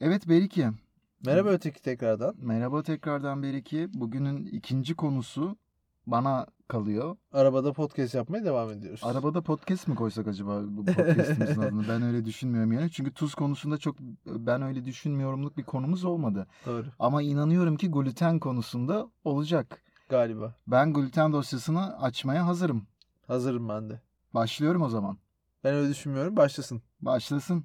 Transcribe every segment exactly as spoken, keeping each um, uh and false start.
Evet Beriki. Merhaba öteki tekrardan. Merhaba tekrardan Beriki. Bugünün ikinci konusu bana kalıyor. Arabada podcast yapmaya devam ediyoruz. Arabada podcast mi koysak acaba bu podcastimizin adını? Ben öyle düşünmüyorum yani. Çünkü tuz konusunda çok ben öyle düşünmüyorumluk bir konumuz olmadı. Doğru. Ama inanıyorum ki gluten konusunda olacak. Galiba. Ben gluten dosyasını açmaya hazırım. Hazırım ben de. Başlıyorum o zaman. Ben öyle düşünmüyorum. Başlasın. Başlasın.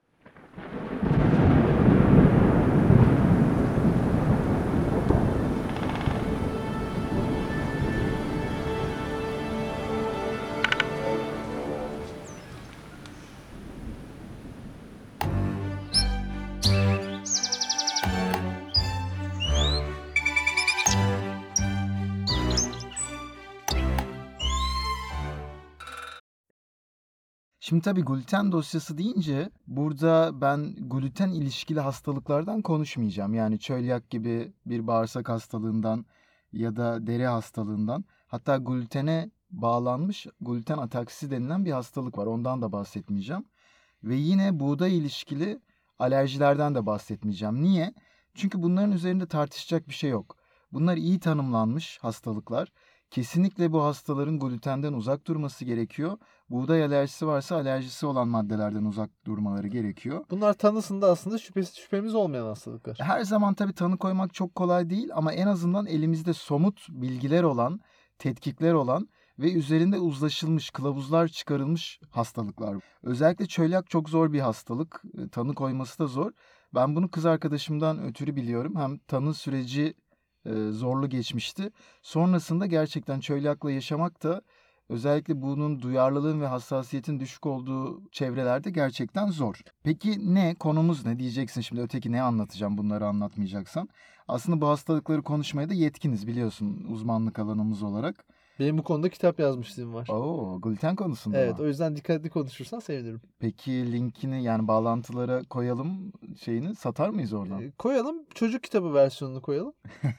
Şimdi tabii gluten dosyası deyince burada ben gluten ilişkili hastalıklardan konuşmayacağım. Yani çölyak gibi bir bağırsak hastalığından ya da deri hastalığından, hatta glutene bağlanmış gluten ataksisi denilen bir hastalık var. Ondan da bahsetmeyeceğim. Ve yine buğday ilişkili alerjilerden de bahsetmeyeceğim. Niye? Çünkü bunların üzerinde tartışacak bir şey yok. Bunlar iyi tanımlanmış hastalıklar. Kesinlikle bu hastaların glutenden uzak durması gerekiyor. Buğday alerjisi varsa alerjisi olan maddelerden uzak durmaları gerekiyor. Bunlar tanısında aslında şüphesiz şüphemiz olmayan hastalıklar. Her zaman tabii tanı koymak çok kolay değil ama en azından elimizde somut bilgiler olan, tetkikler olan ve üzerinde uzlaşılmış, kılavuzlar çıkarılmış hastalıklar. Özellikle çölyak çok zor bir hastalık. Tanı koyması da zor. Ben bunu kız arkadaşımdan ötürü biliyorum. Hem tanı süreci zorlu geçmişti. Sonrasında gerçekten çölyakla yaşamak da özellikle bunun duyarlılığın ve hassasiyetin düşük olduğu çevrelerde gerçekten zor. Peki ne? Konumuz ne? Diyeceksin şimdi, öteki ne anlatacağım bunları anlatmayacaksan. Aslında bu hastalıkları konuşmaya da yetkiniz, biliyorsun, uzmanlık alanımız olarak. Benim bu konuda kitap yazmışlığım var. Oo, gluten konusunda Evet, mı? o yüzden dikkatli konuşursan sevinirim. Peki linkini, yani bağlantılara koyalım, şeyini satar mıyız oradan? Ee, koyalım. Çocuk kitabı versiyonunu koyalım.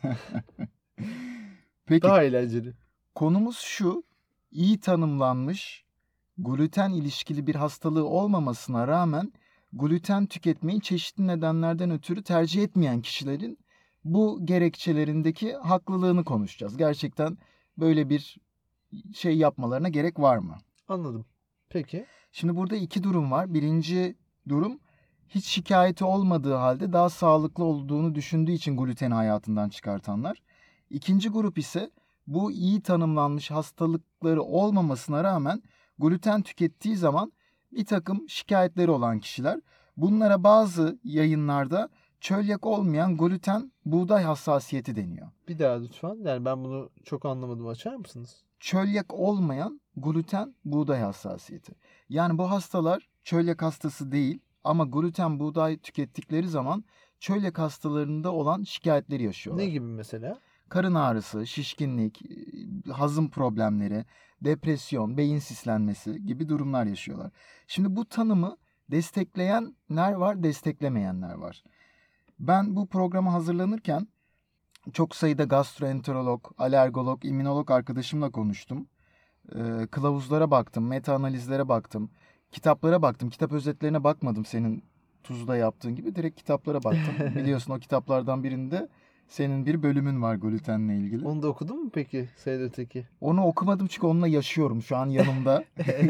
Peki Daha eğlenceli. konumuz şu: iyi tanımlanmış gluten ilişkili bir hastalığı olmamasına rağmen gluten tüketmeyi çeşitli nedenlerden ötürü tercih etmeyen kişilerin bu gerekçelerindeki haklılığını konuşacağız. Gerçekten böyle bir şey yapmalarına gerek var mı? Anladım. Peki. Şimdi burada iki durum var. Birinci durum, hiç şikayeti olmadığı halde daha sağlıklı olduğunu düşündüğü için gluteni hayatından çıkartanlar. İkinci grup ise bu iyi tanımlanmış hastalıkları olmamasına rağmen gluten tükettiği zaman bir takım şikayetleri olan kişiler. Bunlara bazı yayınlarda çölyak olmayan gluten buğday hassasiyeti deniyor. Bir daha lütfen. Yani ben bunu çok anlamadım. Açar mısınız? Çölyak olmayan gluten buğday hassasiyeti. Yani bu hastalar çölyak hastası değil ama gluten buğday tükettikleri zaman çölyak hastalarında olan şikayetleri yaşıyorlar. Ne gibi mesela? Karın ağrısı, şişkinlik, hazım problemleri, depresyon, beyin sislenmesi gibi durumlar yaşıyorlar. Şimdi bu tanımı destekleyenler var, desteklemeyenler var. Ben bu programa hazırlanırken çok sayıda gastroenterolog, alergolog, immünolog arkadaşımla konuştum. Ee, kılavuzlara baktım, meta analizlere baktım, kitaplara baktım. Kitap özetlerine bakmadım senin Tuz'da yaptığın gibi. Direkt kitaplara baktım. Biliyorsun, o kitaplardan birinde senin bir bölümün var glutenle ilgili. Onu da okudun mu peki Seyit Öteki? Onu okumadım çünkü onunla yaşıyorum şu an yanımda.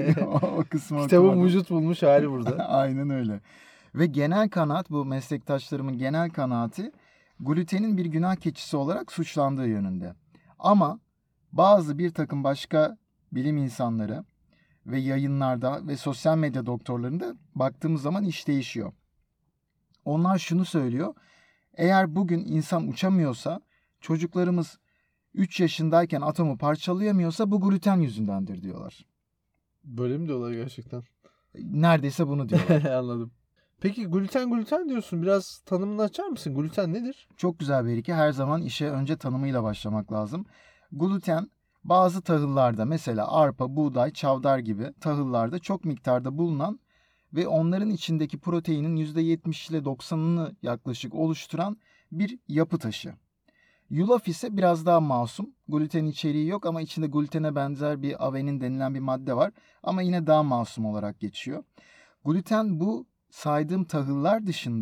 O kısmı Kitabın okumadım. vücut bulmuş hali burada. Aynen öyle. Ve genel kanaat, bu meslektaşlarımın genel kanaati, glutenin bir günah keçisi olarak suçlandığı yönünde. Ama bazı bir takım başka bilim insanları ve yayınlarda ve sosyal medya doktorlarında baktığımız zaman iş değişiyor. Onlar şunu söylüyor: eğer bugün insan uçamıyorsa, çocuklarımız üç yaşındayken atomu parçalayamıyorsa bu gluten yüzündendir diyorlar. Böyle mi diyorlar gerçekten? Neredeyse bunu diyorlar. Anladım. Peki gluten gluten diyorsun. Biraz tanımını açar mısın? Gluten nedir? Çok güzel bir iki. Her zaman işe önce tanımıyla başlamak lazım. Gluten, bazı tahıllarda, mesela arpa, buğday, çavdar gibi tahıllarda çok miktarda bulunan ve onların içindeki proteinin yüzde yetmiş ile doksanını yaklaşık oluşturan bir yapı taşı. Yulaf ise biraz daha masum. Gluten içeriği yok ama içinde glutene benzer bir avenin denilen bir madde var. Ama yine daha masum olarak geçiyor. Gluten bu saydığım tahıllar dışında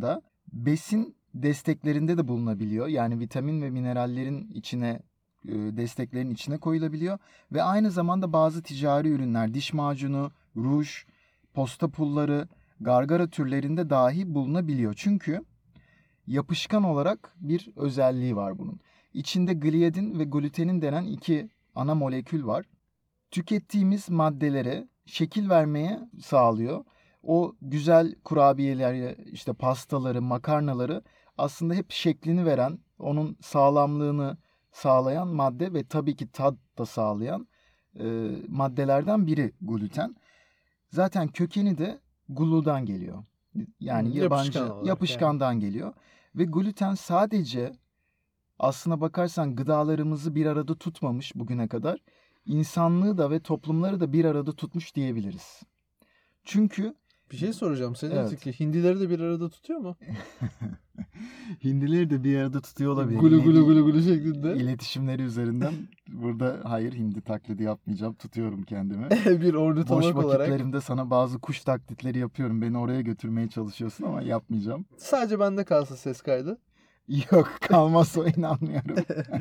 Besin desteklerinde de bulunabiliyor. Yani vitamin ve minerallerin içine, e, desteklerin içine koyulabiliyor. Ve aynı zamanda bazı ticari ürünler, diş macunu, ruj, posta pulları, gargara türlerinde dahi bulunabiliyor. Çünkü yapışkan olarak bir özelliği var bunun. İçinde gliadin ve glutenin denen iki ana molekül var. Tükettiğimiz maddelere şekil vermeye sağlıyor. O güzel kurabiyeleri, işte pastaları, makarnaları aslında hep şeklini veren, onun sağlamlığını sağlayan madde ve tabii ki tat da sağlayan e, maddelerden biri gluten. Zaten kökeni de glu'dan geliyor. Yani Hmm, yabancı yapışkan olarak yapışkandan geliyor. Ve gluten sadece aslına bakarsan gıdalarımızı bir arada tutmamış bugüne kadar. İnsanlığı da ve toplumları da bir arada tutmuş diyebiliriz. Çünkü Bir şey soracağım. Senin evet. fikri Hindileri de bir arada tutuyor mu? Hindileri de bir arada tutuyor olabilir. Gulu Yine gulu bir gulu gulu şeklinde. iletişimleri üzerinden burada hayır Hindi taklidi yapmayacağım. Tutuyorum kendimi. Bir Boş ornitolog olarak. vakitlerimde sana bazı kuş taklitleri yapıyorum. Beni oraya götürmeye çalışıyorsun ama yapmayacağım. Sadece bende kalsın ses kaydı. Yok, kalmazsa inanmıyorum.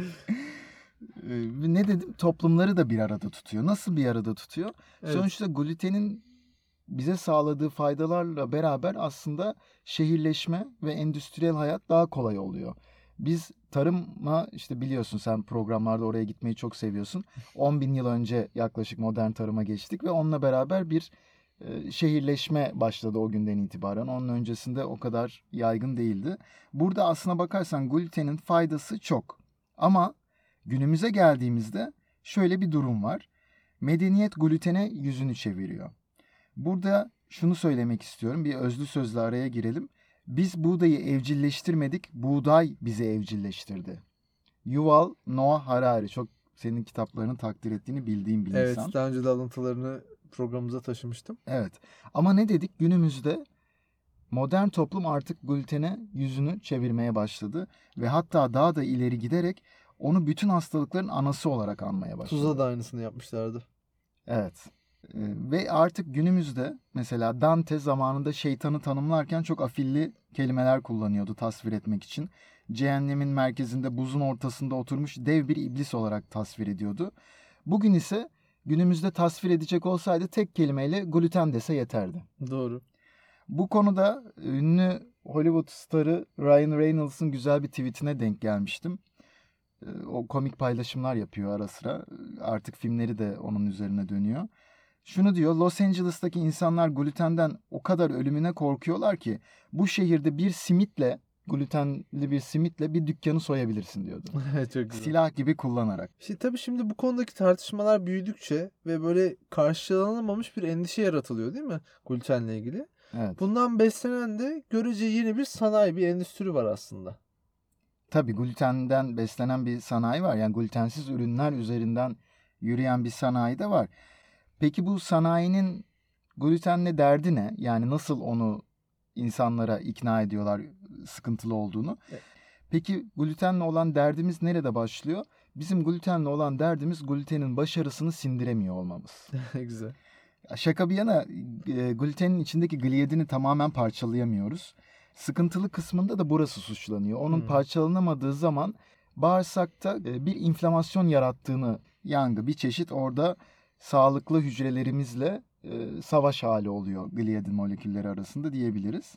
Ee, Ne dedim? Toplumları da bir arada tutuyor. Nasıl bir arada tutuyor? Evet. Sonuçta glutenin bize sağladığı faydalarla beraber aslında şehirleşme ve endüstriyel hayat daha kolay oluyor. Biz tarıma işte biliyorsun sen programlarda oraya gitmeyi çok seviyorsun. on bin yıl önce yaklaşık modern tarıma geçtik ve onunla beraber bir e, şehirleşme başladı o günden itibaren. Onun öncesinde o kadar yaygın değildi. Burada aslına bakarsan glutenin faydası çok. Ama günümüze geldiğimizde şöyle bir durum var. Medeniyet glutene yüzünü çeviriyor. Burada şunu söylemek istiyorum. Bir özlü sözle araya girelim. Biz buğdayı evcilleştirmedik, buğday bizi evcilleştirdi. Yuval Noah Harari, çok senin kitaplarını takdir ettiğini bildiğim bir Evet, insan. daha önce de alıntılarını programımıza taşımıştım. Evet. Ama ne dedik? Günümüzde modern toplum artık glutene yüzünü çevirmeye başladı ve hatta daha da ileri giderek onu bütün hastalıkların anası olarak anmaya başladı. Tuza da aynısını yapmışlardı. Evet. Ee, Ve artık günümüzde mesela Dante zamanında şeytanı tanımlarken çok afilli kelimeler kullanıyordu tasvir etmek için. Cehennemin merkezinde buzun ortasında oturmuş dev bir iblis olarak tasvir ediyordu. Bugün ise günümüzde tasvir edecek olsaydı tek kelimeyle gluten dese yeterdi. Doğru. Bu konuda ünlü Hollywood starı Ryan Reynolds'ın güzel bir tweetine denk gelmiştim. Ee, O komik paylaşımlar yapıyor ara sıra. Artık filmleri de onun üzerine dönüyor. Şunu diyor, Los Angeles'taki insanlar glutenden o kadar ölümüne korkuyorlar ki bu şehirde bir simitle, glutenli bir simitle bir dükkanı soyabilirsin diyordu. Çok güzel. Silah gibi kullanarak. İşte tabii şimdi bu konudaki tartışmalar büyüdükçe ve böyle karşılanamamış bir endişe yaratılıyor değil mi glutenle ilgili? Evet. Bundan beslenen de görece yeni bir sanayi, bir endüstri var aslında. Tabii glutenden beslenen bir sanayi var. Yani glutensiz ürünler üzerinden yürüyen bir sanayi de var. Peki bu sanayinin glutenle derdi ne? Yani nasıl onu insanlara ikna ediyorlar sıkıntılı olduğunu? Evet. Peki glutenle olan derdimiz nerede başlıyor? Bizim glutenle olan derdimiz glutenin başarısını sindiremiyor olmamız. Güzel. Şaka bir yana e, glutenin içindeki gliadini tamamen parçalayamıyoruz. Sıkıntılı kısmında da burası suçlanıyor. Onun Hmm. parçalanamadığı zaman bağırsakta e, bir inflamasyon yarattığını, yangı bir çeşit orada sağlıklı hücrelerimizle e, savaş hali oluyor gliadin molekülleri arasında diyebiliriz.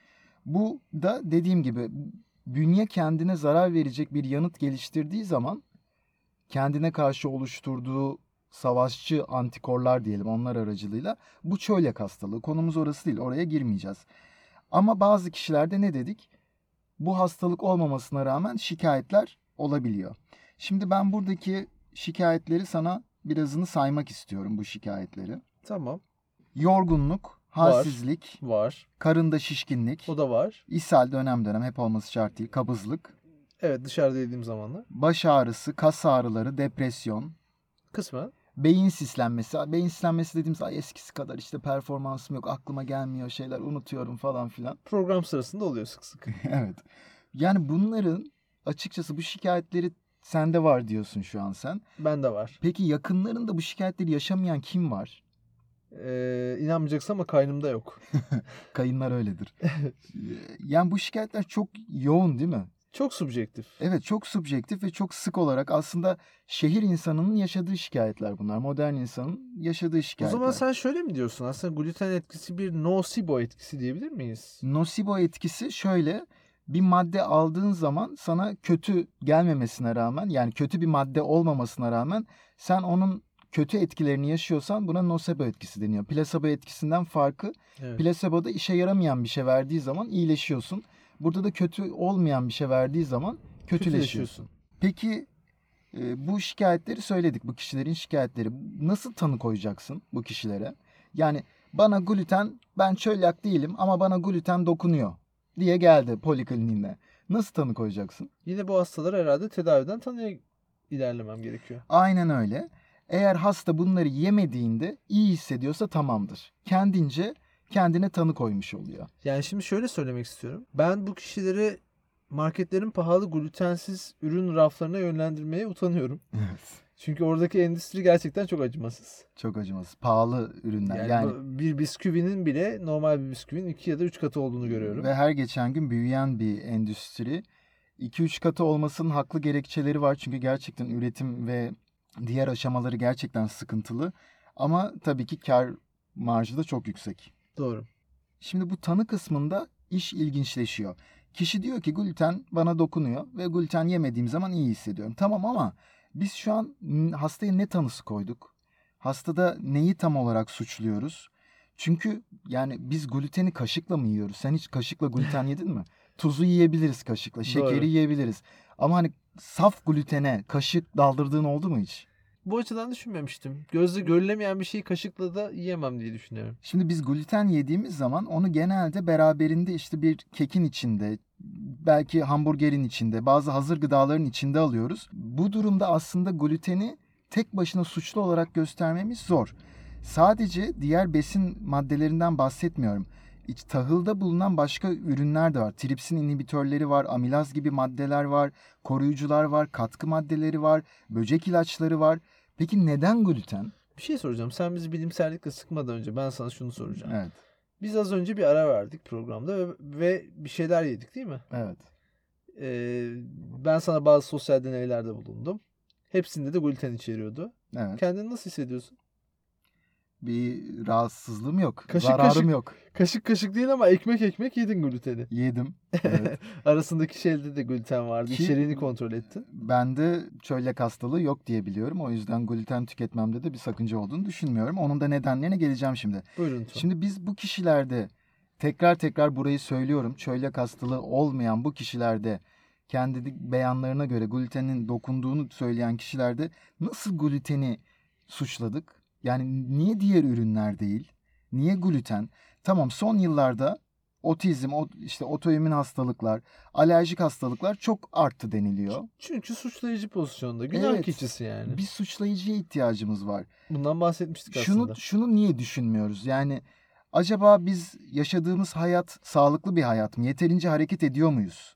Bu da dediğim gibi bünye kendine zarar verecek bir yanıt geliştirdiği zaman kendine karşı oluşturduğu savaşçı antikorlar diyelim onlar aracılığıyla bu çölyak hastalığı. Konumuz orası değil, oraya girmeyeceğiz. Ama bazı kişilerde ne dedik? Bu hastalık olmamasına rağmen şikayetler olabiliyor. Şimdi ben buradaki şikayetleri sana birazını saymak istiyorum bu şikayetleri. Tamam. Yorgunluk, halsizlik, Var. karında şişkinlik, O da var. ishal dönem dönem hep olması şart değil, kabızlık, Evet, dışarıda yediğim zamanlar. baş ağrısı, kas ağrıları, depresyon, Kısmen. beyin sislenmesi. Beyin sislenmesi dediğimiz ay eskisi kadar işte performansım yok, aklıma gelmiyor şeyler, unutuyorum falan filan. Program sırasında oluyor sık sık. Evet. Yani bunların açıkçası bu şikayetleri sende var diyorsun şu an sen. Bende var. Peki yakınlarında bu şikayetleri yaşamayan kim var? Ee, inanmayacaksın ama kaynımda yok. Kayınlar öyledir. Yani bu şikayetler çok yoğun değil mi? Çok subjektif. Evet, çok subjektif ve çok sık olarak aslında şehir insanının yaşadığı şikayetler bunlar. Modern insanın yaşadığı O şikayetler. zaman sen şöyle mi diyorsun? Aslında gluten etkisi bir nocebo etkisi diyebilir miyiz? Nocebo etkisi şöyle: bir madde aldığın zaman sana kötü gelmemesine rağmen, yani kötü bir madde olmamasına rağmen sen onun kötü etkilerini yaşıyorsan buna nocebo etkisi deniyor. Plasebo etkisinden farkı, Evet. plaseboda işe yaramayan bir şey verdiği zaman iyileşiyorsun. Burada da kötü olmayan bir şey verdiği zaman kötüleşiyorsun. Peki e, bu şikayetleri söyledik, bu kişilerin şikayetleri. Nasıl tanı koyacaksın bu kişilere? Yani bana gluten, ben çölyak değilim ama bana gluten dokunuyor diye geldi polikliniğine. Nasıl tanı koyacaksın? Yine bu hastaları herhalde tedaviden tanıya ilerlemem gerekiyor. Aynen öyle. Eğer hasta bunları yemediğinde iyi hissediyorsa tamamdır. Kendince kendine tanı koymuş oluyor. Yani şimdi şöyle söylemek istiyorum. Ben bu kişileri marketlerin pahalı glutensiz ürün raflarına yönlendirmeye utanıyorum. Evet. Çünkü oradaki endüstri gerçekten çok acımasız. Çok acımasız. Pahalı ürünler. Yani, Yani, bu- bir bisküvinin bile normal bir bisküvinin iki ya da üç katı olduğunu görüyorum. ve her geçen gün büyüyen bir endüstri. iki üç katı olmasının haklı gerekçeleri var. Çünkü gerçekten üretim ve diğer aşamaları gerçekten sıkıntılı. Ama tabii ki kar marjı da çok yüksek. Doğru. Şimdi bu tanı kısmında iş ilginçleşiyor. Kişi diyor ki gluten bana dokunuyor ve gluten yemediğim zaman iyi hissediyorum. Tamam ama biz şu an n- hastaya ne tanısı koyduk? Hastada neyi tam olarak suçluyoruz? Çünkü yani biz gluteni kaşıkla mı yiyoruz? Sen hiç kaşıkla gluten yedin mi? Tuzu yiyebiliriz kaşıkla, şekeri Doğru. yiyebiliriz. Ama hani saf glutene kaşık daldırdığın oldu mu hiç? Bu açıdan düşünmemiştim. Gözle görülemeyen bir şeyi kaşıkla da yiyemem diye düşünüyorum. Şimdi biz gluten yediğimiz zaman onu genelde beraberinde işte bir kekin içinde, belki hamburgerin içinde, bazı hazır gıdaların içinde alıyoruz. Bu durumda aslında gluteni tek başına suçlu olarak göstermemiz zor. Sadece diğer besin maddelerinden bahsetmiyorum. İç tahılda bulunan başka ürünler de var. Tripsin inhibitörleri var, amilaz gibi maddeler var, koruyucular var, katkı maddeleri var, böcek ilaçları var. Peki neden gluten? Bir şey soracağım. Sen bizi bilimsellikle sıkmadan önce ben sana şunu soracağım. Evet, Biz az önce bir ara verdik programda ve, ve bir şeyler yedik değil mi? evet. Ee, ben sana bazı sosyal deneylerde bulundum. Hepsinde de gluten içeriyordu. Evet. Kendini nasıl hissediyorsun? Bir rahatsızlığım yok. Kaşık Zararım kaşık. yok. Kaşık kaşık değil ama ekmek ekmek yedin gluteni. Yedim. Evet. Arasındaki şeyde de gluten vardı. Ki- İçeriğini kontrol ettin. Bende çölyak hastalığı yok diye biliyorum. O yüzden gluten tüketmemde de bir sakınca olduğunu düşünmüyorum. Onun da nedenlerine geleceğim şimdi. Buyurun lütfen. Şimdi biz bu kişilerde, tekrar tekrar burayı söylüyorum, çölyak hastalığı olmayan bu kişilerde kendi beyanlarına göre glutenin dokunduğunu söyleyen kişilerde nasıl gluteni suçladık? Yani niye diğer ürünler değil? Niye gluten? Tamam, son yıllarda otizm, o- işte otoimmün hastalıklar, alerjik hastalıklar çok arttı deniliyor. Çünkü suçlayıcı pozisyonda. Günah Evet. keçisi yani. Bir suçlayıcıya ihtiyacımız var. Bundan bahsetmiştik Şunu aslında. şunu niye düşünmüyoruz? Yani acaba biz yaşadığımız hayat sağlıklı bir hayat mı? Yeterince hareket ediyor muyuz?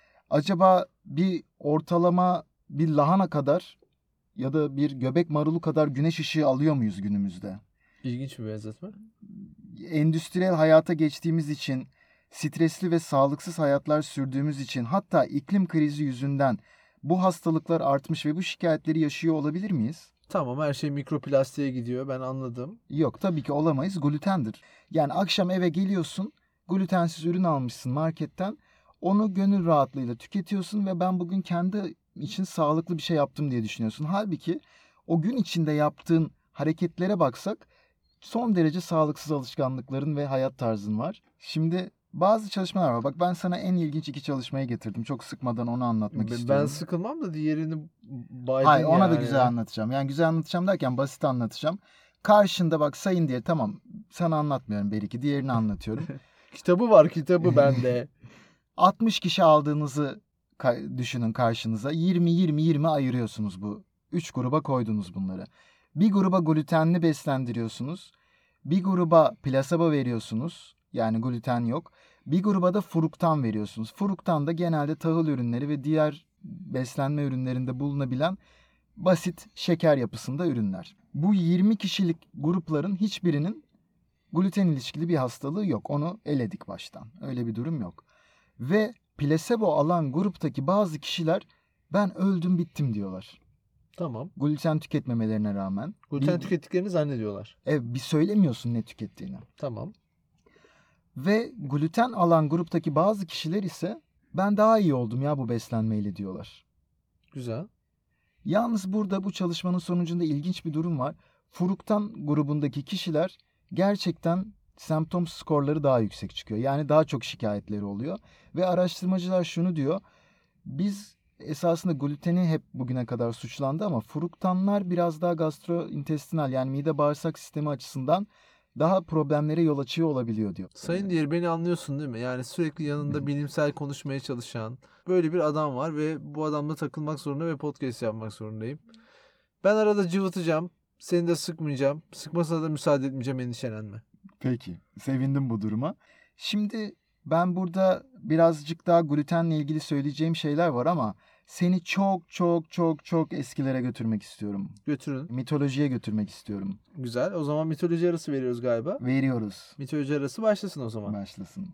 Acaba bir ortalama bir lahana kadar ya da bir göbek marulu kadar güneş ışığı alıyor muyuz günümüzde? İlginç bir benzetme. Endüstriyel hayata geçtiğimiz için, stresli ve sağlıksız hayatlar sürdüğümüz için, hatta iklim krizi yüzünden bu hastalıklar artmış ve bu şikayetleri yaşıyor olabilir miyiz? Tamam, her şey mikroplastiğe gidiyor. Ben anladım. Yok, tabii ki olamayız. Glutendir. Yani akşam eve geliyorsun, glutensiz ürün almışsın marketten. Onu gönül rahatlığıyla tüketiyorsun ve ben bugün kendi için sağlıklı bir şey yaptım diye düşünüyorsun. Halbuki o gün içinde yaptığın hareketlere baksak son derece sağlıksız alışkanlıkların ve hayat tarzın var. Şimdi bazı çalışmalar var. Bak, ben sana en ilginç iki çalışmayı getirdim. Çok sıkmadan onu anlatmak Ben, istiyorum. ben sıkılmam da diğerini baydın Hayır, ona da yani. güzel anlatacağım. Yani güzel anlatacağım derken basit anlatacağım. Karşında bak sayın diye, tamam, sana anlatmıyorum belki, diğerini anlatıyorum. Kitabı var, kitabı bende. altmış kişi aldığınızı ka- düşünün karşınıza. yirmi yirmi yirmi ayırıyorsunuz bu. üç gruba koydunuz bunları. Bir gruba glutenli beslendiriyorsunuz. Bir gruba plasebo veriyorsunuz. Yani gluten yok. Bir gruba da fruktan veriyorsunuz. Fruktan da genelde tahıl ürünleri ve diğer beslenme ürünlerinde bulunabilen basit şeker yapısında ürünler. Bu yirmi kişilik grupların hiçbirinin Gluten ilişkili bir hastalığı yok. Onu eledik baştan. Öyle bir durum yok. Ve plasebo alan gruptaki bazı kişiler ben öldüm bittim diyorlar. Tamam. Gluten tüketmemelerine rağmen. Gluten bir, tükettiklerini zannediyorlar. Evet, bir söylemiyorsun ne tükettiğini. Tamam. Ve gluten alan gruptaki bazı kişiler ise ben daha iyi oldum ya bu beslenmeyle diyorlar. Güzel. Yalnız burada bu çalışmanın sonucunda ilginç bir durum var. Fruktan grubundaki kişiler gerçekten semptom skorları daha yüksek çıkıyor. Yani daha çok şikayetleri oluyor. Ve araştırmacılar şunu diyor. Biz esasında gluteni hep bugüne kadar suçlandı ama fruktanlar biraz daha gastrointestinal yani mide bağırsak sistemi açısından daha problemlere yol açıyor olabiliyor diyor. Sayın Diğer, beni anlıyorsun değil mi? Yani sürekli yanında bilimsel konuşmaya çalışan böyle bir adam var ve bu adamla takılmak zorunda ve podcast yapmak zorundayım. Ben arada cıvıtacağım. Seni de sıkmayacağım. Sıkmasına da müsaade etmeyeceğim, endişelenme. Peki, sevindim bu duruma. Şimdi ben burada birazcık daha glutenle ilgili söyleyeceğim şeyler var ama seni çok çok çok çok eskilere götürmek istiyorum. Götürün. Mitolojiye götürmek istiyorum. Güzel. O zaman mitoloji arası veriyoruz galiba. Veriyoruz. Mitoloji arası başlasın o zaman. Başlasın.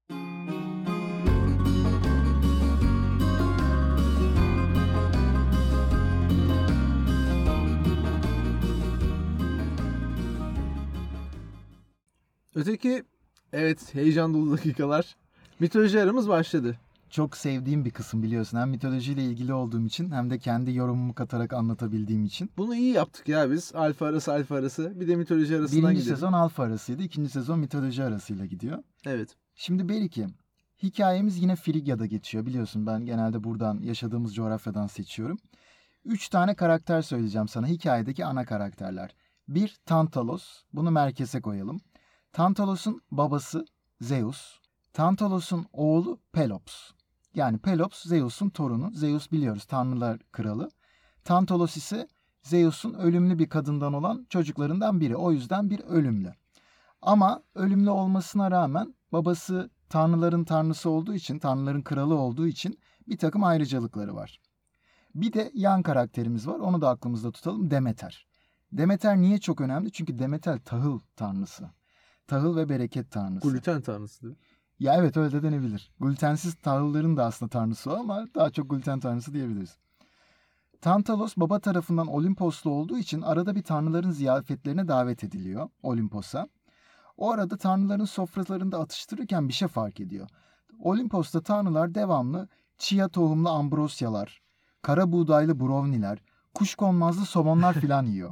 Öteki, evet, heyecan dolu dakikalar. Mitoloji aramız başladı. Çok sevdiğim bir kısım biliyorsun. Hem mitolojiyle ilgili olduğum için hem de kendi yorumumu katarak anlatabildiğim için. Bunu iyi yaptık ya biz. Alfa arası alfa arası. Bir de mitoloji arasından Birinci gidelim. sezon alfa arasıydı. İkinci sezon mitoloji arasıyla gidiyor. Evet. Şimdi belki hikayemiz yine Frigya'da geçiyor. Biliyorsun ben genelde buradan yaşadığımız coğrafyadan seçiyorum. Üç tane karakter söyleyeceğim sana. Hikayedeki ana karakterler. Bir Tantalos. Bunu merkeze koyalım. Tantalos'un babası Zeus. Tantalos'un oğlu Pelops. Yani Pelops Zeus'un torunu. Zeus biliyoruz tanrılar kralı. Tantalos ise Zeus'un ölümlü bir kadından olan çocuklarından biri. O yüzden bir ölümlü. Ama ölümlü olmasına rağmen babası tanrıların tanrısı olduğu için, tanrıların kralı olduğu için bir takım ayrıcalıkları var. Bir de yan karakterimiz var. Onu da aklımızda tutalım. Demeter. Demeter niye çok önemli? Çünkü Demeter tahıl tanrısı. Tahıl ve bereket tanrısı. Gluten tanrısı değil mi? Ya evet öyle de denebilir. Glutensiz tahılların da aslında tanrısı o ama daha çok gluten tanrısı diyebiliriz. Tantalos baba tarafından Olimposlu olduğu için arada bir tanrıların ziyafetlerine davet ediliyor Olimpos'a. O arada tanrıların sofralarında atıştırırken bir şey fark ediyor. Olimpos'ta tanrılar devamlı chia tohumlu ambrosyalar, kara buğdaylı browniler, kuşkonmazlı somonlar filan yiyor.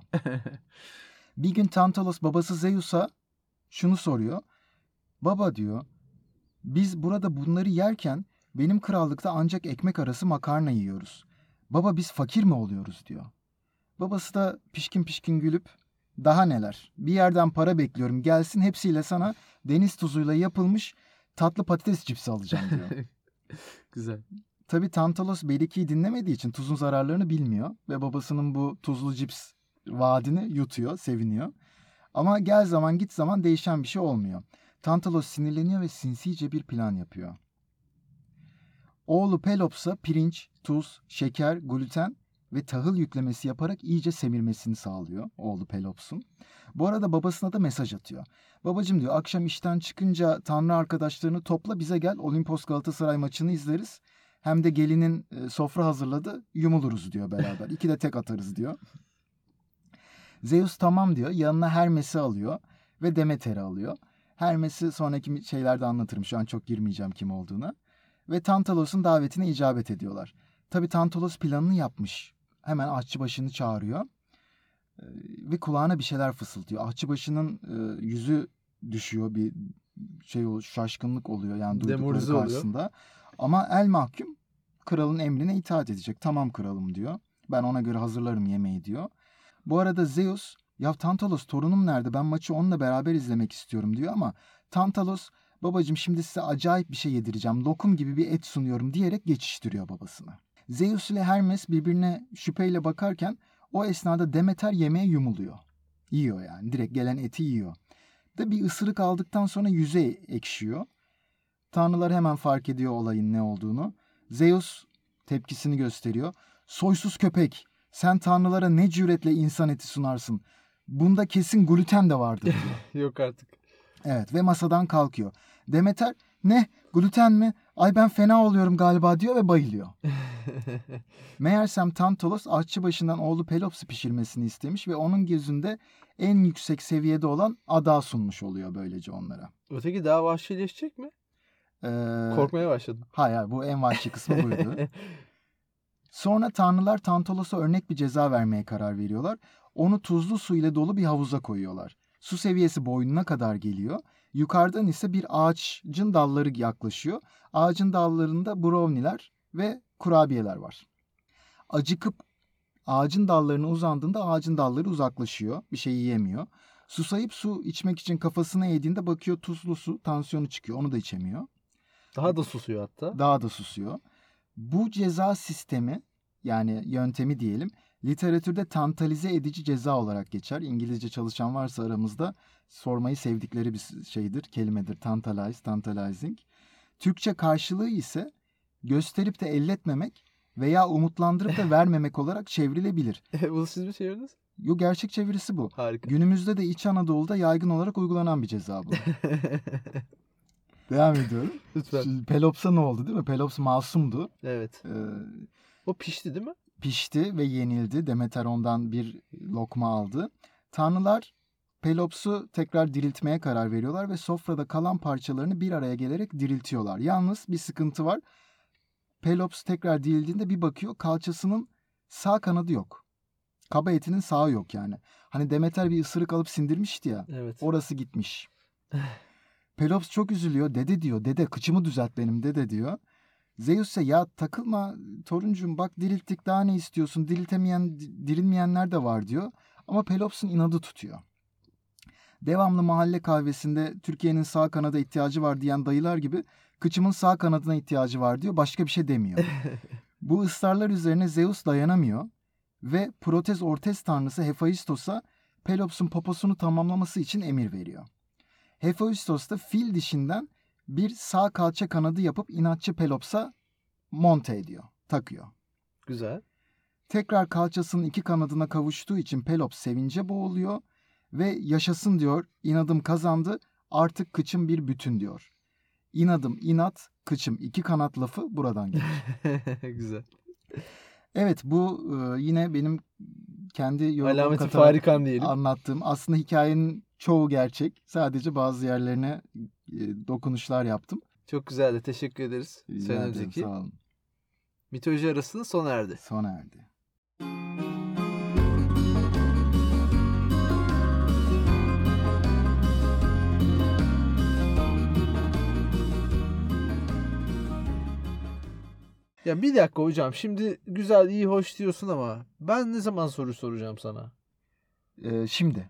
Bir gün Tantalos babası Zeus'a şunu soruyor. Baba diyor, biz burada bunları yerken benim krallıkta ancak ekmek arası makarna yiyoruz. Baba biz fakir mi oluyoruz diyor. Babası da pişkin pişkin gülüp daha neler bir yerden para bekliyorum gelsin hepsiyle sana deniz tuzuyla yapılmış tatlı patates cipsi alacağım diyor. Güzel. Tabii Tantalos Beriki'yi dinlemediği için tuzun zararlarını bilmiyor ve babasının bu tuzlu cips vaadini yutuyor, seviniyor. Ama gel zaman git zaman değişen bir şey olmuyor. Tantalos sinirleniyor ve sinsice bir plan yapıyor. Oğlu Pelops'a pirinç, tuz, şeker, gluten ve tahıl yüklemesi yaparak iyice semirmesini sağlıyor oğlu Pelops'un. Bu arada babasına da mesaj atıyor. Babacım diyor akşam işten çıkınca tanrı arkadaşlarını topla bize gel Olimpos Galatasaray maçını izleriz. Hem de gelinin sofra hazırladı yumuluruz diyor beraber. İki de tek atarız diyor. Zeus tamam diyor yanına Hermes'i alıyor ve Demeter'i alıyor. Hermes'i sonraki şeylerde anlatırım şu an çok girmeyeceğim kim olduğuna. Ve Tantalos'un davetine icabet ediyorlar. Tabii Tantalos planını yapmış. Hemen aşçıbaşını çağırıyor. Ee, ve kulağına bir şeyler fısıldıyor. Aşçıbaşının e, yüzü düşüyor. Bir şey oluyor, şaşkınlık oluyor yani duydukları Demoralize karşısında. Oluyor. Ama el mahkum kralın emrine itaat edecek. Tamam kralım diyor. Ben ona göre hazırlarım yemeği diyor. Bu arada Zeus ya Tantalos torunum nerede ben maçı onunla beraber izlemek istiyorum diyor ama Tantalos babacığım şimdi size acayip bir şey yedireceğim lokum gibi bir et sunuyorum diyerek geçiştiriyor babasına. Zeus ile Hermes birbirine şüpheyle bakarken o esnada Demeter yemeğe yumuluyor. Yiyor yani direkt gelen eti yiyor. Da bir ısırık aldıktan sonra yüze ekşiyor. Tanrılar hemen fark ediyor olayın ne olduğunu. Zeus tepkisini gösteriyor. Soysuz köpek sen tanrılara ne cüretle insan eti sunarsın. Bunda kesin gluten de vardır diyor. Yok artık. Evet ve masadan kalkıyor. Demeter ne gluten mi? Ay ben fena oluyorum galiba diyor ve bayılıyor. Meğersem Tantalos aşçı başından oğlu Pelops'u pişirmesini istemiş ve onun gözünde en yüksek seviyede olan adağı sunmuş oluyor böylece onlara. Öteki daha vahşileşecek mi? Ee, Korkmaya başladım. hayır bu en vahşi kısmı buydu. Sonra tanrılar Tantalos'a örnek bir ceza vermeye karar veriyorlar. Onu tuzlu su ile dolu bir havuza koyuyorlar. Su seviyesi boynuna kadar geliyor. Yukarıdan ise bir ağacın dalları yaklaşıyor. Ağacın dallarında brownie'ler ve kurabiyeler var. Acıkıp ağacın dallarına uzandığında ağacın dalları uzaklaşıyor. Bir şey yiyemiyor. Susayıp su içmek için kafasına eğdiğinde bakıyor tuzlu su, tansiyonu çıkıyor. Onu da içemiyor. Daha da susuyor hatta. Daha da susuyor. Bu ceza sistemi yani yöntemi diyelim literatürde tantalize edici ceza olarak geçer. İngilizce çalışan varsa aramızda sormayı sevdikleri bir şeydir, kelimedir. Tantalize, tantalizing. Türkçe karşılığı ise gösterip de elletmemek veya umutlandırıp da vermemek olarak çevrilebilir. Bunu siz mi çevirdiniz? Yo gerçek çevirisi bu. Harika. Günümüzde de İç Anadolu'da yaygın olarak uygulanan bir ceza bu. Devam ediyorum. Lütfen. Şimdi Pelops'a ne oldu değil mi? Pelops masumdu. Evet. Ee, O pişti değil mi? pişti ve yenildi. Demeter ondan bir lokma aldı. Tanrılar Pelops'u tekrar diriltmeye karar veriyorlar ve sofrada kalan parçalarını bir araya gelerek diriltiyorlar. Yalnız bir sıkıntı var. Pelops tekrar dirildiğinde bir bakıyor kalçasının sağ kanadı yok. Kaba etinin sağı yok yani. Hani Demeter bir ısırık alıp sindirmişti ya. Evet. Orası gitmiş. Pelops çok üzülüyor. Dede diyor. Dede kıçımı düzelt benim dede diyor. Zeus ise ya takılma toruncuğum bak dirilttik daha ne istiyorsun? Diriltemeyen, dirilmeyenler de var diyor. Ama Pelops'un inadı tutuyor. Devamlı mahalle kahvesinde Türkiye'nin sağ kanada ihtiyacı var diyen dayılar gibi kıçımın sağ kanadına ihtiyacı var diyor. Başka bir şey demiyor. Bu ısrarlar üzerine Zeus dayanamıyor ve protez ortez tanrısı Hephaistos'a Pelops'un poposunu tamamlaması için emir veriyor. Hephaistos da fil dişinden bir sağ kalça kanadı yapıp inatçı Pelops'a monte ediyor, takıyor. Güzel. Tekrar kalçasının iki kanadına kavuştuğu için Pelops sevince boğuluyor ve yaşasın diyor, inadım kazandı, artık kıçım bir bütün diyor. İnadım inat, kıçım iki kanat lafı buradan gelir. Güzel. Evet bu e, yine benim kendi yorumum Alameti katarak farikan diyelim. anlattığım aslında hikayenin çoğu gerçek. Sadece bazı yerlerine e, dokunuşlar yaptım. Çok güzeldi. Teşekkür ederiz. Rica Sayın ederim, Özeki. sağ olun. Mitoloji arasında sona erdi. Sona erdi. Ya bir dakika hocam. Şimdi güzel, iyi, hoş diyorsun ama ben ne zaman soru soracağım sana? Ee, şimdi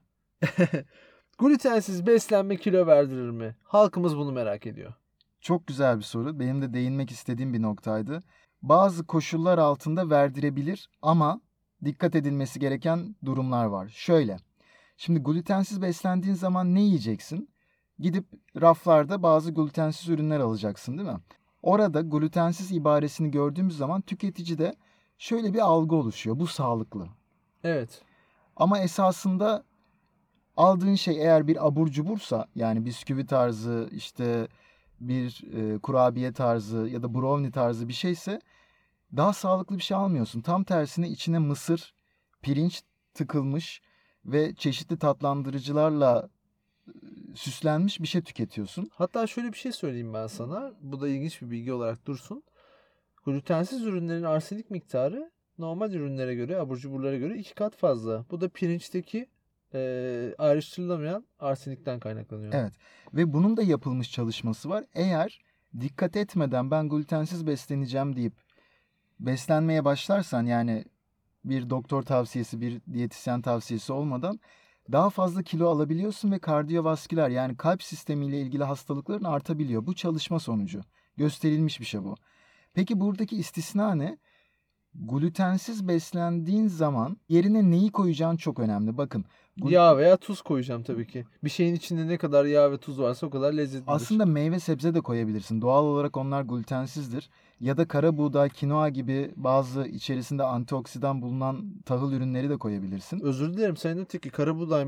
Glutensiz beslenme kilo verdirir mi? Halkımız bunu merak ediyor. çok güzel bir soru. Benim de değinmek istediğim bir noktaydı. Bazı koşullar altında verdirebilir ama dikkat edilmesi gereken durumlar var. Şöyle. Şimdi glutensiz beslendiğin zaman ne yiyeceksin? Gidip raflarda bazı glutensiz ürünler alacaksın değil mi? Orada glutensiz ibaresini gördüğümüz zaman tüketicide şöyle bir algı oluşuyor. Bu sağlıklı. Evet. Ama esasında aldığın şey eğer bir abur cubursa yani bisküvi tarzı işte bir e, kurabiye tarzı ya da brownie tarzı bir şeyse daha sağlıklı bir şey almıyorsun. Tam tersine içine mısır, pirinç tıkılmış ve çeşitli tatlandırıcılarla e, süslenmiş bir şey tüketiyorsun. Hatta şöyle bir şey söyleyeyim ben sana. Bu da ilginç bir bilgi olarak dursun. Glutensiz ürünlerin arsenik miktarı normal ürünlere göre, abur cuburlara göre iki kat fazla. Bu da pirinçteki e, ayrıştırılamayan arsenikten kaynaklanıyor. Evet ve bunun da yapılmış çalışması var. Eğer dikkat etmeden ben glutensiz besleneceğim deyip beslenmeye başlarsan yani bir doktor tavsiyesi, bir diyetisyen tavsiyesi olmadan daha fazla kilo alabiliyorsun ve kardiyovasküler yani kalp sistemiyle ilgili hastalıkların artabiliyor. Bu çalışma sonucu. Gösterilmiş bir şey bu. Peki buradaki istisna ne? Glutensiz beslendiğin zaman yerine neyi koyacağın çok önemli. Bakın. Glu- Yağ veya tuz koyacağım tabii ki. Bir şeyin içinde ne kadar yağ ve tuz varsa o kadar lezzetlidir. Aslında meyve sebze de koyabilirsin. Doğal olarak onlar glutensizdir. Ya da kara buğday, kinoa gibi bazı içerisinde antioksidan bulunan tahıl ürünleri de koyabilirsin. Özür dilerim, Sayın Öteki, kara buğday mı?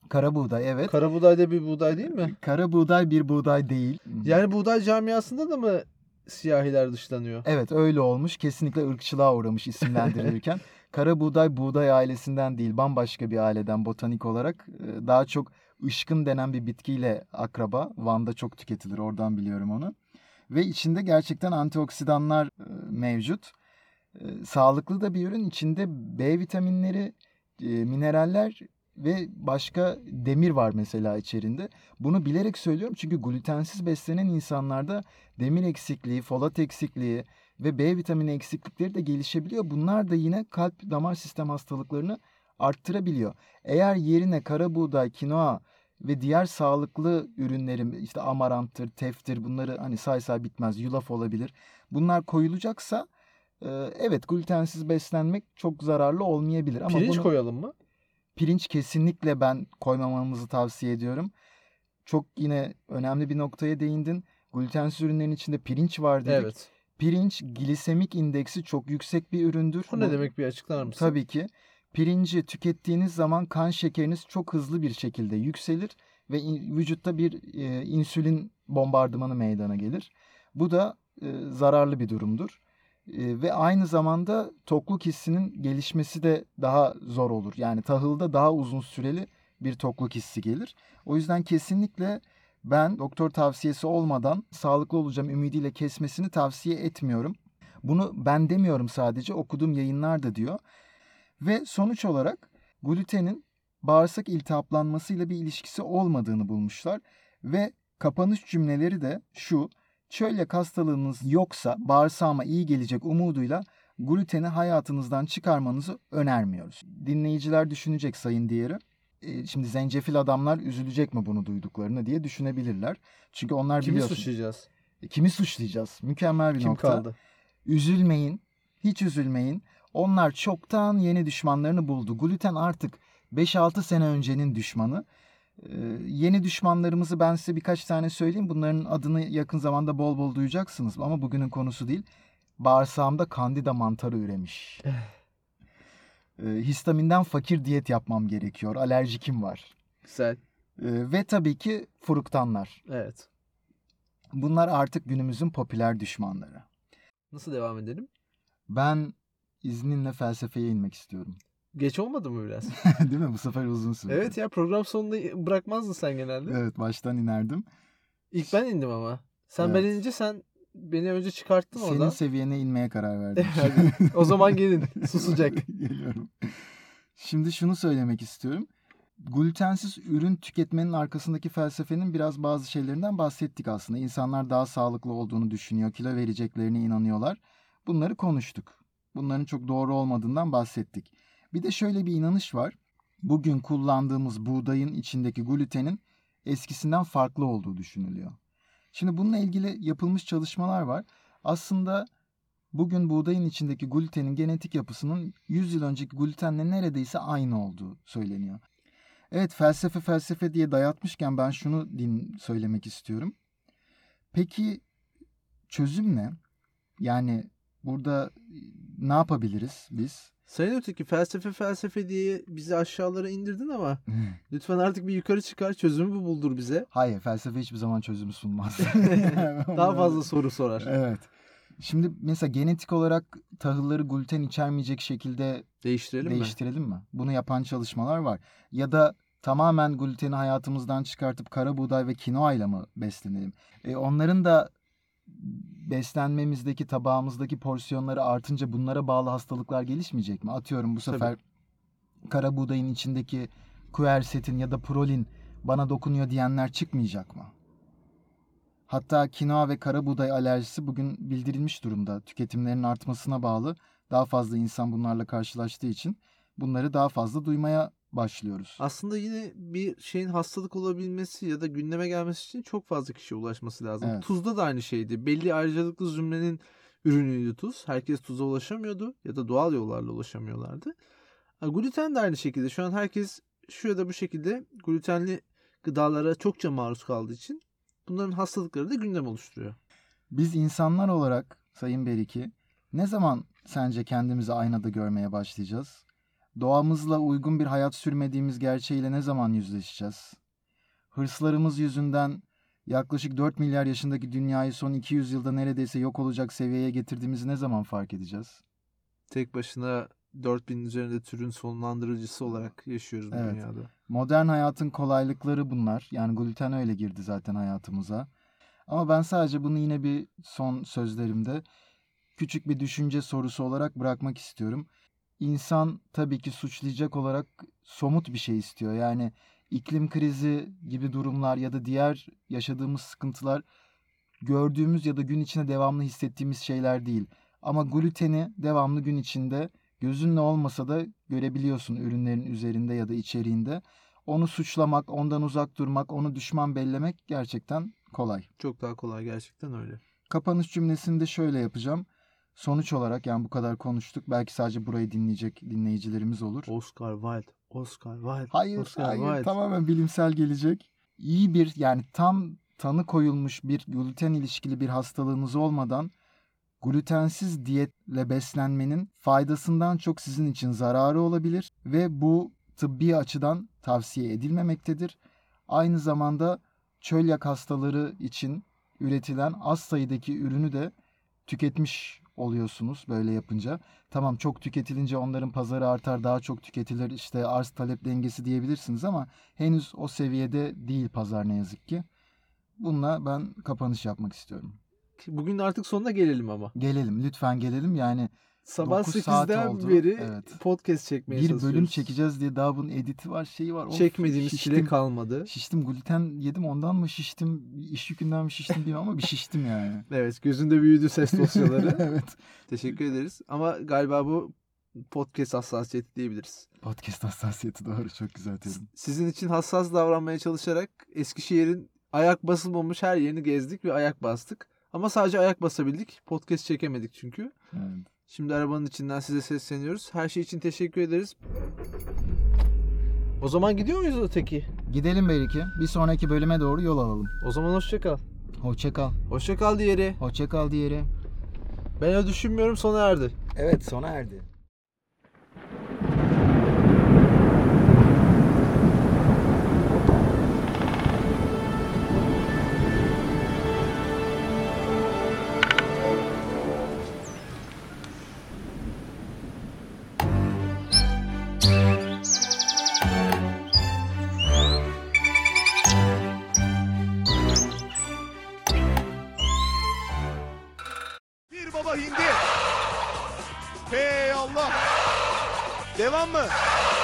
Kara buğday, evet. Kara buğday da bir buğday değil mi? Kara buğday bir buğday değil. Yani buğday camiasında da mı siyahiler dışlanıyor? Evet, öyle olmuş. Kesinlikle ırkçılığa uğramış isimlendirilirken. Kara buğday buğday ailesinden değil, bambaşka bir aileden botanik olarak. Ee, Daha çok ışkın denen bir bitkiyle akraba. Van'da çok tüketilir, oradan biliyorum onu. Ve içinde gerçekten antioksidanlar e, mevcut. E, Sağlıklı da bir ürün. İçinde B vitaminleri, e, mineraller ve başka demir var mesela içerisinde. Bunu bilerek söylüyorum çünkü glutensiz beslenen insanlarda demir eksikliği, folat eksikliği ve B vitamini eksiklikleri de gelişebiliyor. Bunlar da yine kalp damar sistem hastalıklarını arttırabiliyor. Eğer yerine kara buğday, kinoa ve diğer sağlıklı ürünlerim işte amaranttır, teftir, bunları hani say say bitmez, yulaf olabilir. Bunlar koyulacaksa e, evet, glutensiz beslenmek çok zararlı olmayabilir ama Pirinç bunu koyalım mı? pirinç kesinlikle ben koymamamızı tavsiye ediyorum. Çok yine önemli bir noktaya değindin. Glutensiz ürünlerin içinde pirinç var dedik. Evet. Pirinç glisemik indeksi çok yüksek bir üründür. O ne demek, bir açıklar mısın? Tabii ki. Pirinci tükettiğiniz zaman kan şekeriniz çok hızlı bir şekilde yükselir ve in- vücutta bir e, insülin bombardımanı meydana gelir. Bu da e, zararlı bir durumdur. E, ve aynı zamanda tokluk hissinin gelişmesi de daha zor olur. Yani tahılda daha uzun süreli bir tokluk hissi gelir. O yüzden kesinlikle ben doktor tavsiyesi olmadan sağlıklı olacağım ümidiyle kesmesini tavsiye etmiyorum. Bunu ben demiyorum, sadece okuduğum yayınlar da diyor. Ve sonuç olarak glutenin bağırsak iltihaplanmasıyla bir ilişkisi olmadığını bulmuşlar. Ve kapanış cümleleri de şu: çölyak hastalığınız yoksa bağırsağıma iyi gelecek umuduyla gluteni hayatınızdan çıkarmanızı önermiyoruz. Dinleyiciler düşünecek sayın diğeri. E, Şimdi zencefil adamlar üzülecek mi bunu duyduklarını diye düşünebilirler. Çünkü onlar Kimi biliyorsun. suçlayacağız? E, Kimi suçlayacağız? Mükemmel bir Kim nokta. kaldı? Üzülmeyin, hiç üzülmeyin. Onlar çoktan yeni düşmanlarını buldu. Gluten artık beş altı sene öncenin düşmanı. Ee, yeni düşmanlarımızı ben size birkaç tane söyleyeyim. Bunların adını yakın zamanda bol bol duyacaksınız ama bugünün konusu değil. Bağırsağımda kandida mantarı üremiş. Ee, histaminden fakir diyet yapmam gerekiyor. Alerjikim var. Güzel. Ee, ve tabii ki fruktanlar. Evet. Bunlar artık günümüzün popüler düşmanları. Nasıl devam edelim? Ben izninle felsefeye inmek istiyorum. Geç olmadı mı biraz? Değil mi? Bu sefer uzun sürdü. Evet ya, program sonunda bırakmazdın sen genelde. Evet, baştan inerdim. İlk ben indim ama. Sen Evet. ben inince sen beni önce çıkarttın Senin oradan. seviyene inmeye karar verdim. Hadi. O zaman gelin. Susacak. Geliyorum. Şimdi şunu söylemek istiyorum. Glutensiz ürün tüketmenin arkasındaki felsefenin biraz bazı şeylerinden bahsettik aslında. İnsanlar daha sağlıklı olduğunu düşünüyor, kilo vereceklerine inanıyorlar. Bunları konuştuk. Bunların çok doğru olmadığından bahsettik. Bir de şöyle bir inanış var. Bugün kullandığımız buğdayın içindeki glutenin eskisinden farklı olduğu düşünülüyor. Şimdi bununla ilgili yapılmış çalışmalar var. Aslında bugün buğdayın içindeki glutenin genetik yapısının yüz yıl önceki glutenle neredeyse aynı olduğu söyleniyor. Evet, felsefe felsefe diye dayatmışken ben şunu din söylemek istiyorum. Peki çözüm ne? Yani burada ne yapabiliriz biz? Sayın Öteki, felsefe felsefe diye bizi aşağılara indirdin ama lütfen artık bir yukarı çıkar, çözümü bu buldur bize. Hayır, felsefe hiçbir zaman çözümü sunmaz. Daha fazla soru sorar. Evet. Şimdi mesela genetik olarak tahılları gluten içermeyecek şekilde Değiştirelim, değiştirelim mi? mi? Bunu yapan çalışmalar var. Ya da tamamen gluteni hayatımızdan çıkartıp kara buğday ve kinoa ile mi beslenelim? E, onların da beslenmemizdeki, tabağımızdaki porsiyonları artınca bunlara bağlı hastalıklar gelişmeyecek mi? Atıyorum bu sefer kara buğdayın içindeki quercetin ya da prolin bana dokunuyor diyenler çıkmayacak mı? Hatta kinoa ve kara buğday alerjisi bugün bildirilmiş durumda. Tüketimlerin artmasına bağlı daha fazla insan bunlarla karşılaştığı için bunları daha fazla duymaya başlıyoruz. Aslında yine bir şeyin hastalık olabilmesi ya da gündeme gelmesi için çok fazla kişiye ulaşması lazım. Evet. Tuzda da aynı şeydi. Belli ayrıcalıklı zümrenin ürünüydü tuz. Herkes tuza ulaşamıyordu ya da doğal yollarla ulaşamıyorlardı. Ha, gluten de aynı şekilde. Şu an herkes şu ya da bu şekilde glutenli gıdalara çokça maruz kaldığı için bunların hastalıkları da gündem oluşturuyor. Biz insanlar olarak Sayın Beriki ne zaman sence kendimizi aynada görmeye başlayacağız? Doğamızla uygun bir hayat sürmediğimiz gerçeğiyle ne zaman yüzleşeceğiz? Hırslarımız yüzünden yaklaşık dört milyar yaşındaki dünyayı son iki yüz yılda neredeyse yok olacak seviyeye getirdiğimizi ne zaman fark edeceğiz? Tek başına dört binin üzerinde türün sonlandırıcısı olarak yaşıyoruz bu Evet. dünyada. Modern hayatın kolaylıkları bunlar. Yani gluten öyle girdi zaten hayatımıza. Ama ben sadece bunu yine bir son sözlerimde küçük bir düşünce sorusu olarak bırakmak istiyorum. İnsan tabii ki suçlayacak olarak somut bir şey istiyor. Yani iklim krizi gibi durumlar ya da diğer yaşadığımız sıkıntılar gördüğümüz ya da gün içinde devamlı hissettiğimiz şeyler değil. Ama gluteni devamlı gün içinde gözünle olmasa da görebiliyorsun ürünlerin üzerinde ya da içeriğinde. Onu suçlamak, ondan uzak durmak, onu düşman bellemek gerçekten kolay. Çok daha kolay, gerçekten öyle. Kapanış cümlesini de şöyle yapacağım. Sonuç olarak yani bu kadar konuştuk. Belki sadece burayı dinleyecek dinleyicilerimiz olur. Oscar Wilde, Oscar Wilde, Hayır, Oscar hayır Wilde. tamamen bilimsel gelecek. İyi bir yani tam tanı koyulmuş bir gluten ilişkili bir hastalığınız olmadan glutensiz diyetle beslenmenin faydasından çok sizin için zararı olabilir ve bu tıbbi açıdan tavsiye edilmemektedir. Aynı zamanda çölyak hastaları için üretilen az sayıdaki ürünü de tüketmiş oluyorsunuz böyle yapınca. Tamam, çok tüketilince onların pazarı artar, daha çok tüketilir, işte arz talep dengesi diyebilirsiniz ama henüz o seviyede değil pazar ne yazık ki. Bununla ben kapanış yapmak istiyorum. Bugün artık sonuna gelelim ama. Gelelim, lütfen gelelim. Yani Sabah dokuz saat sekizden oldu. beri Evet. podcast çekmeye bir çalışıyoruz. bölüm çekeceğiz diye daha bunun editi var, şeyi var. Of, Çekmediğimiz şiştim. çile kalmadı. Şiştim, gluten yedim ondan mı şiştim, iş yükünden mi şiştim bilmiyorum ama bir şiştim yani. Evet, gözünde büyüdü ses dosyaları. Evet. Teşekkür ederiz. Ama galiba bu podcast hassasiyeti diyebiliriz. Podcast hassasiyeti, doğru, çok güzel terim. Sizin için hassas davranmaya çalışarak Eskişehir'in ayak basılmamış her yerini gezdik ve ayak bastık. Ama sadece ayak basabildik. Podcast çekemedik çünkü. Evet. Şimdi arabanın içinden size sesleniyoruz. Her şey için teşekkür ederiz. O zaman gidiyor muyuz öteki? Gidelim belki. Bir sonraki bölüme doğru yol alalım. O zaman hoşça kal. Hoşça kal. Hoşça kal diğeri. Hoşça kal diğeri. Ben öyle düşünmüyorum, sona erdi. Evet, sona erdi. Bir baba hindi. Hey Allah. Devam mı?